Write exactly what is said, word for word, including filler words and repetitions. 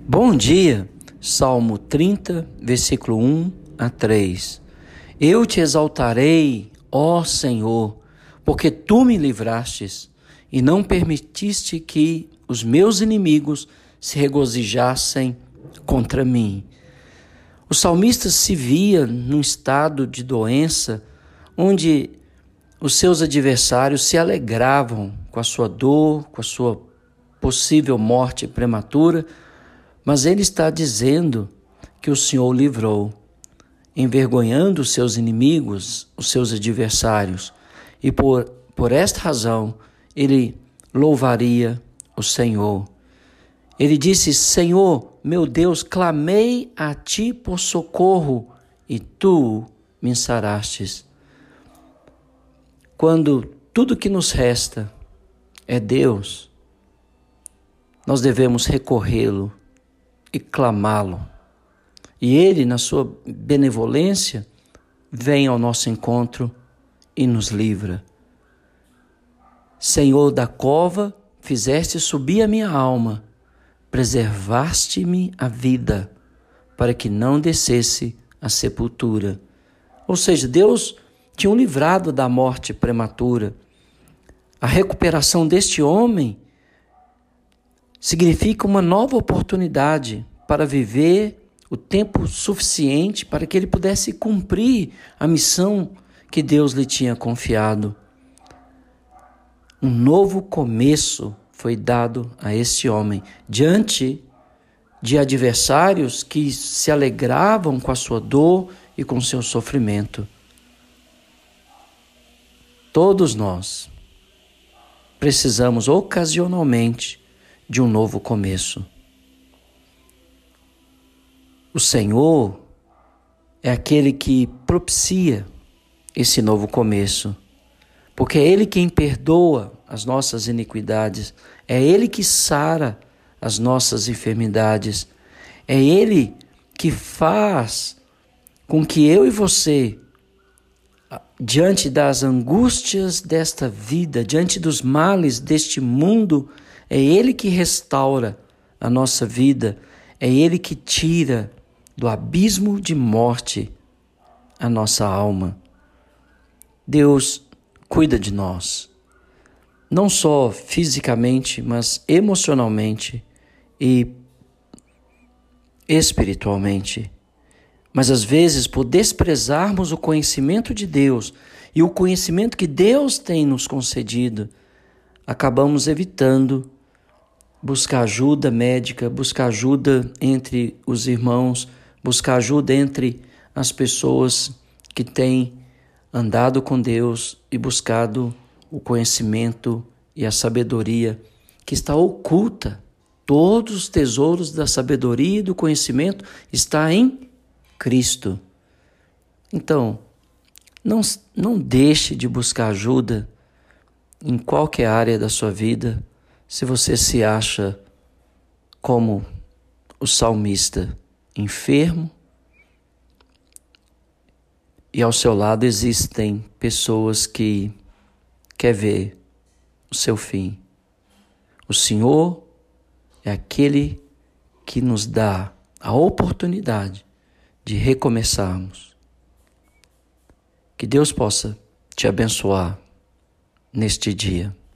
Bom dia, Salmo trinta, versículo um a três. Eu te exaltarei, ó Senhor, porque tu me livrastes e não permitiste que os meus inimigos se regozijassem contra mim. O salmista se via num estado de doença onde os seus adversários se alegravam com a sua dor, com a sua possível morte prematura, mas ele está dizendo que o Senhor o livrou, envergonhando os seus inimigos, os seus adversários, e por, por esta razão ele louvaria o Senhor. Ele disse: Senhor, meu Deus, clamei a ti por socorro e tu me sarastes. Quando tudo que nos resta é Deus, nós devemos recorrê-lo e clamá-lo. E Ele, na sua benevolência, vem ao nosso encontro e nos livra. Senhor da cova, fizeste subir a minha alma, preservaste-me a vida, para que não descesse à sepultura. Ou seja, Deus tinha o livrado da morte prematura. A recuperação deste homem significa uma nova oportunidade para viver o tempo suficiente para que ele pudesse cumprir a missão que Deus lhe tinha confiado. Um novo começo foi dado a este homem diante de adversários que se alegravam com a sua dor e com o seu sofrimento. Todos nós precisamos ocasionalmente de um novo começo. O Senhor é aquele que propicia esse novo começo, porque é Ele quem perdoa as nossas iniquidades, é Ele que sara as nossas enfermidades, é Ele que faz com que eu e você, diante das angústias desta vida, diante dos males deste mundo, é Ele que restaura a nossa vida, é Ele que tira do abismo de morte a nossa alma. Deus cuida de nós, não só fisicamente, mas emocionalmente e espiritualmente. Mas às vezes, por desprezarmos o conhecimento de Deus e o conhecimento que Deus tem nos concedido, acabamos evitando buscar ajuda médica, buscar ajuda entre os irmãos, buscar ajuda entre as pessoas que têm andado com Deus e buscado o conhecimento e a sabedoria que está oculta. Todos os tesouros da sabedoria e do conhecimento está em Cristo. Então, não, não deixe de buscar ajuda em qualquer área da sua vida, se você se acha como o salmista, enfermo, e ao seu lado existem pessoas que querem ver o seu fim. O Senhor é aquele que nos dá a oportunidade de recomeçarmos. Que Deus possa te abençoar neste dia.